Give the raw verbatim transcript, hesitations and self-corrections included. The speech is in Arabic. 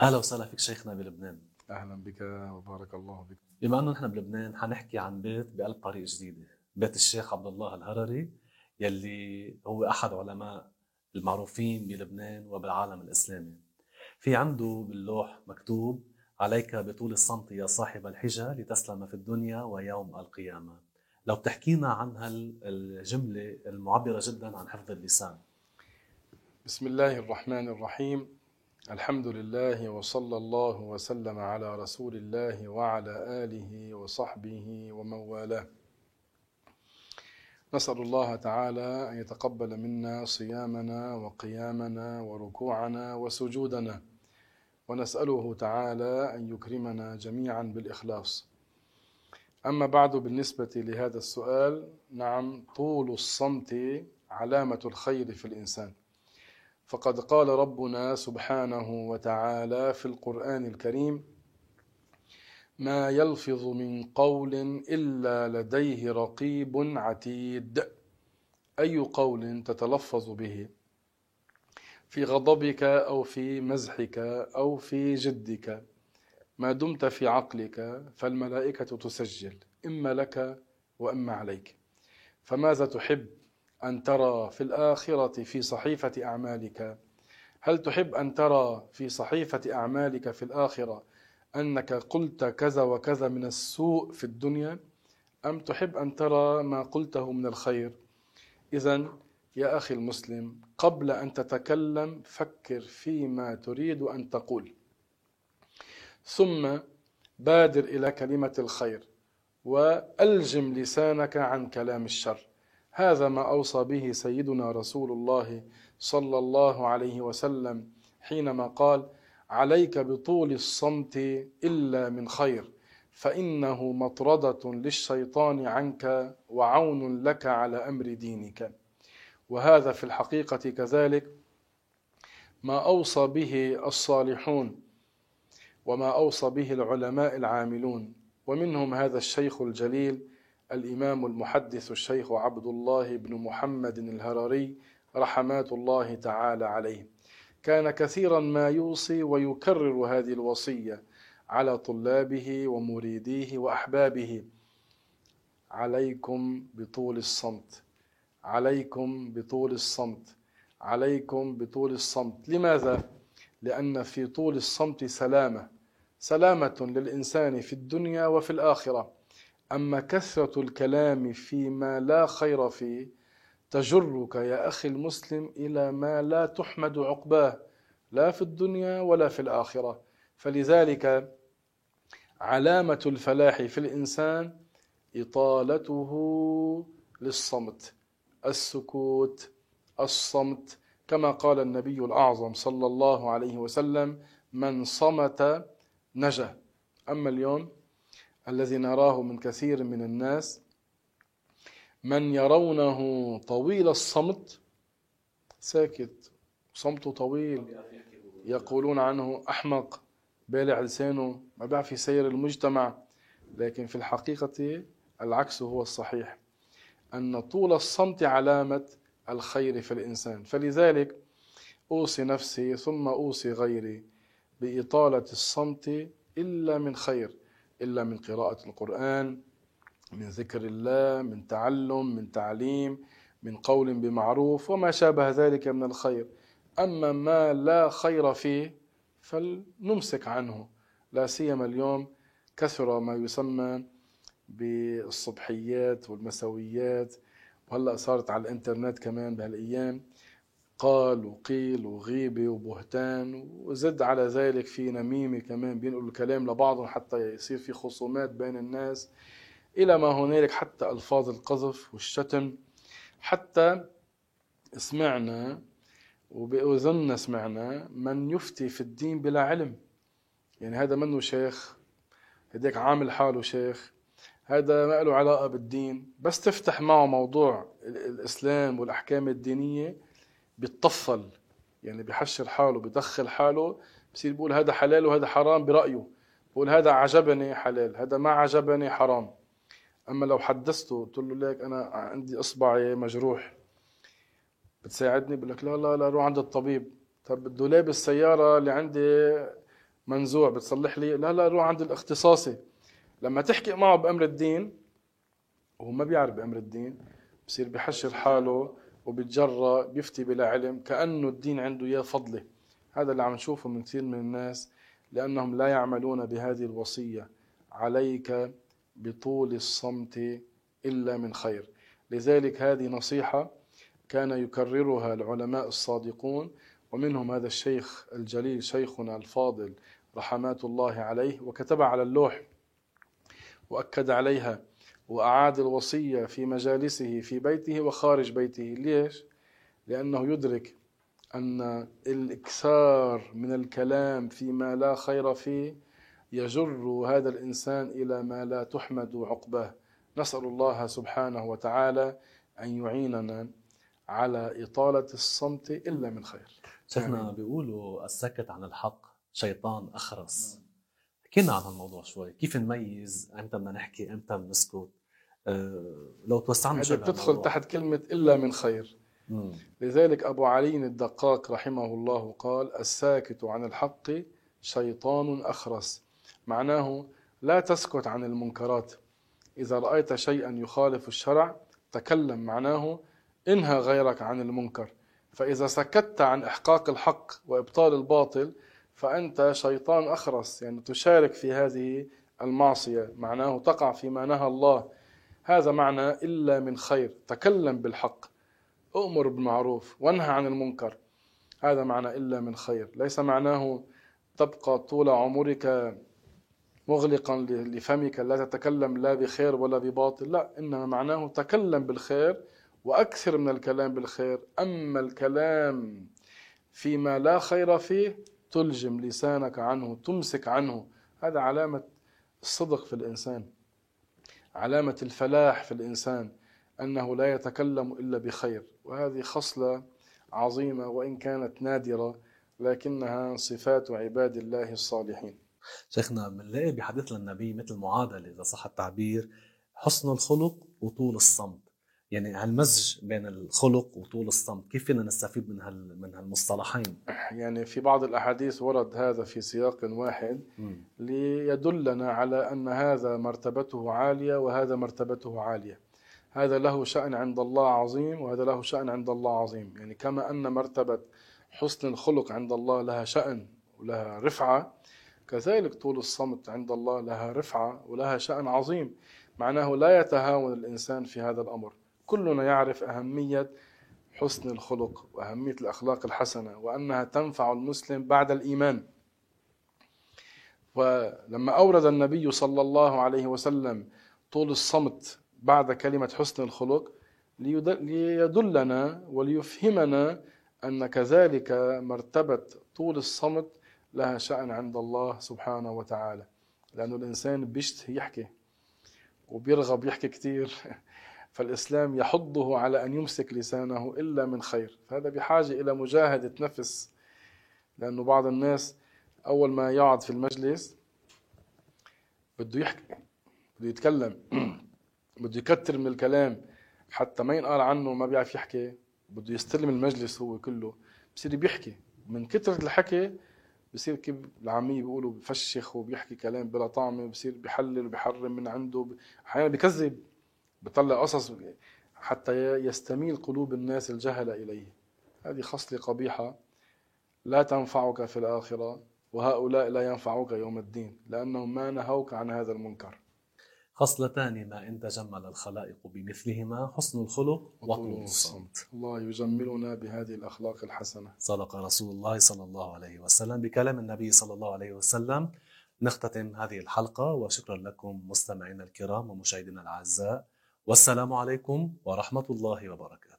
أهلا وسهلا فيك شيخنا بلبنان. أهلا بك وبارك الله بك. بما أنه نحن بلبنان حنحكي عن بيت بقلب طريق جديدة، بيت الشيخ عبد الله الهرري، يلي هو أحد علماء المعروفين بلبنان وبالعالم الإسلامي. في عنده باللوح مكتوب: عليك بطول الصمت يا صاحب الحجة لتسلم في الدنيا ويوم القيامة. لو بتحكينا عن هالجملة المعبرة جدا عن حفظ اللسان. بسم الله الرحمن الرحيم. الحمد لله وصلى الله وسلم على رسول الله وعلى آله وصحبه ومن والاه. نسأل الله تعالى أن يتقبل منا صيامنا وقيامنا وركوعنا وسجودنا، ونسأله تعالى أن يكرمنا جميعا بالإخلاص. أما بعد، بالنسبة لهذا السؤال، نعم، طول الصمت علامة الخير في الإنسان، فقد قال ربنا سبحانه وتعالى في القرآن الكريم: ما يلفظ من قول إلا لديه رقيب عتيد. أي قول تتلفظ به في غضبك أو في مزحك أو في جدك، ما دمت في عقلك فالملائكة تسجل، إما لك وإما عليك. فماذا تحب أن ترى في الآخرة في صحيفة أعمالك؟ هل تحب أن ترى في صحيفة أعمالك في الآخرة أنك قلت كذا وكذا من السوء في الدنيا، أم تحب أن ترى ما قلته من الخير؟ إذن يا أخي المسلم، قبل أن تتكلم فكر فيما تريد أن تقول، ثم بادر إلى كلمة الخير، وألجم لسانك عن كلام الشر. هذا ما أوصى به سيدنا رسول الله صلى الله عليه وسلم حينما قال: عليك بطول الصمت إلا من خير، فإنه مطردة للشيطان عنك وعون لك على أمر دينك. وهذا في الحقيقة كذلك ما أوصى به الصالحون وما أوصى به العلماء العاملون، ومنهم هذا الشيخ الجليل الإمام المحدث الشيخ عبد الله بن محمد الهرري رحمات الله تعالى عليه. كان كثيرا ما يوصي ويكرر هذه الوصية على طلابه ومريديه وأحبابه: عليكم بطول الصمت، عليكم بطول الصمت، عليكم بطول الصمت. لماذا؟ لأن في طول الصمت سلامة، سلامة للإنسان في الدنيا وفي الآخرة. أما كثرة الكلام فيما لا خير فيه تجرك يا أخي المسلم إلى ما لا تحمد عقباه، لا في الدنيا ولا في الآخرة. فلذلك علامة الفلاح في الإنسان إطالته للصمت، السكوت، الصمت، كما قال النبي الأعظم صلى الله عليه وسلم: من صمت نجا. أما اليوم الذي نراه من كثير من الناس، من يرونه طويل الصمت ساكت، صمته طويل، يقولون عنه أحمق، بالع لسانه، ما بيعرف يسير المجتمع. لكن في الحقيقة العكس هو الصحيح، أن طول الصمت علامة الخير في الإنسان. فلذلك أوصي نفسي ثم أوصي غيري بإطالة الصمت إلا من خير، إلا من قراءة القرآن، من ذكر الله، من تعلم، من تعليم، من قول بمعروف وما شابه ذلك من الخير. أما ما لا خير فيه فلنمسك عنه. لا سيما اليوم كثر ما يسمى بالصبحيات والمسويات، وهلأ صارت على الانترنت كمان بهالأيام قال وقيل وغيبة وبهتان، وزد على ذلك في نميمة كمان، بينقلوا الكلام لبعضهم حتى يصير في خصومات بين الناس، إلى ما هنالك حتى ألفاظ القذف والشتم. حتى سمعنا وبأذننا سمعنا من يفتي في الدين بلا علم، يعني هذا منه شيخ، هديك عامل حاله شيخ، هذا ما له علاقة بالدين، بس تفتح معه موضوع الإسلام والأحكام الدينية بيتطفل، يعني بيحشر حاله، بيدخل حاله، بصير بيقول هذا حلال وهذا حرام برأيه، بيقول هذا عجبني حلال، هذا ما عجبني حرام. أما لو حدثته قلت له ليك أنا عندي إصبعي مجروح، بتساعدني؟ بقول لك لا لا لا روح عند الطبيب. طب الدولاب السيارة اللي عندي منزوع بتصلح لي، لا لا روح عند الاختصاصي. لما تحكي معه بأمر الدين وهو ما بيعرف بأمر الدين، بصير بحشر حاله وبيتجرأ بيفتي بلا علم كأنه الدين عنده يا فضله. هذا اللي عم نشوفه من كثير من الناس، لأنهم لا يعملون بهذه الوصية: عليك بطول الصمت إلا من خير. لذلك هذه نصيحة كان يكررها العلماء الصادقون، ومنهم هذا الشيخ الجليل شيخنا الفاضل رحمات الله عليه، وكتبها على اللوح وأكد عليها وأعاد الوصية في مجالسه في بيته وخارج بيته. ليش؟ لأنه يدرك أن الإكثار من الكلام فيما لا خير فيه يجر هذا الإنسان إلى ما لا تحمد عقباه. نسأل الله سبحانه وتعالى أن يعيننا على إطالة الصمت إلا من خير. شيخنا بيقولوا السكت عن الحق شيطان أخرس. حكينا عن هالموضوع شوي، كيف نميز امتى بدنا نحكي امتى بنسكت؟ أه لو توسعنا هذه شوي بتدخل تحت كلمة إلا من خير. مم. لذلك أبو علي الدقاق رحمه الله قال: الساكت عن الحق شيطان أخرس. معناه لا تسكت عن المنكرات. إذا رأيت شيئا يخالف الشرع تكلم، معناه انهى غيرك عن المنكر. فإذا سكت عن إحقاق الحق وإبطال الباطل فأنت شيطان أخرس، يعني تشارك في هذه المعصية، معناه تقع فيما نهى الله. هذا معنى إلا من خير. تكلم بالحق، أؤمر بالمعروف وانهى عن المنكر، هذا معنى إلا من خير. ليس معناه تبقى طول عمرك مغلقا لفمك لا تتكلم لا بخير ولا بباطل، لا، إنما معناه تكلم بالخير وأكثر من الكلام بالخير. أما الكلام فيما لا خير فيه تلجم لسانك عنه، تمسك عنه. هذا علامة الصدق في الإنسان، علامة الفلاح في الإنسان، أنه لا يتكلم إلا بخير. وهذه خصلة عظيمة وإن كانت نادرة، لكنها صفات عباد الله الصالحين. شيخنا بنلاقي بحديث للنبي مثل معادلة إذا صح التعبير: حسن الخلق وطول الصمت. يعني هالمزج بين الخلق وطول الصمت، كيف فينا نستفيد من هال من هالمصطلحين؟ يعني في بعض الأحاديث ورد هذا في سياق واحد م. ليدلنا على أن هذا مرتبته عالية وهذا مرتبته عالية. هذا له شأن عند الله عظيم وهذا له شأن عند الله عظيم. يعني كما أن مرتبة حسن الخلق عند الله لها شأن ولها رفعة، كذلك طول الصمت عند الله لها رفعة ولها شأن عظيم. معناه لا يتهاون الإنسان في هذا الأمر. كلنا يعرف أهمية حسن الخلق وأهمية الأخلاق الحسنة وأنها تنفع المسلم بعد الإيمان. ولما أورد النبي صلى الله عليه وسلم طول الصمت بعد كلمة حسن الخلق ليدلنا وليفهمنا أن كذلك مرتبة طول الصمت لها شأن عند الله سبحانه وتعالى. لأن الإنسان بيشتهي يحكي وبيرغب يحكي كتير، فالإسلام يحضه على أن يمسك لسانه إلا من خير. فهذا بحاجة إلى مجاهدة نفس، لأنه بعض الناس أول ما يقعد في المجلس بده يحكي، بده يتكلم بده يكتر من الكلام حتى ما ينقال عنه ما بيعرف يحكي، بده يستلم المجلس هو كله، بصير بيحكي من كترة الحكي، بصير كيف العامية بيقولوا بفشخ وبيحكي كلام بلا طعم، بصير بيحلل وبيحرم من عنده، أحيانا بيكذب، بيطلع قصص حتى يستميل قلوب الناس الجهلة إليه. هذه خصلة قبيحة لا تنفعك في الآخرة، وهؤلاء لا ينفعوك يوم الدين، لأنهم ما نهوك عن هذا المنكر. خصلتان ما إن تجمل الخلائق بمثلهما: حسن الخلق وطول الصمت. الله يجملنا بهذه الأخلاق الحسنة. صدق رسول الله صلى الله عليه وسلم. بكلام النبي صلى الله عليه وسلم نختتم هذه الحلقة، وشكرا لكم مستمعينا الكرام ومشاهدينا الأعزاء، والسلام عليكم ورحمة الله وبركاته.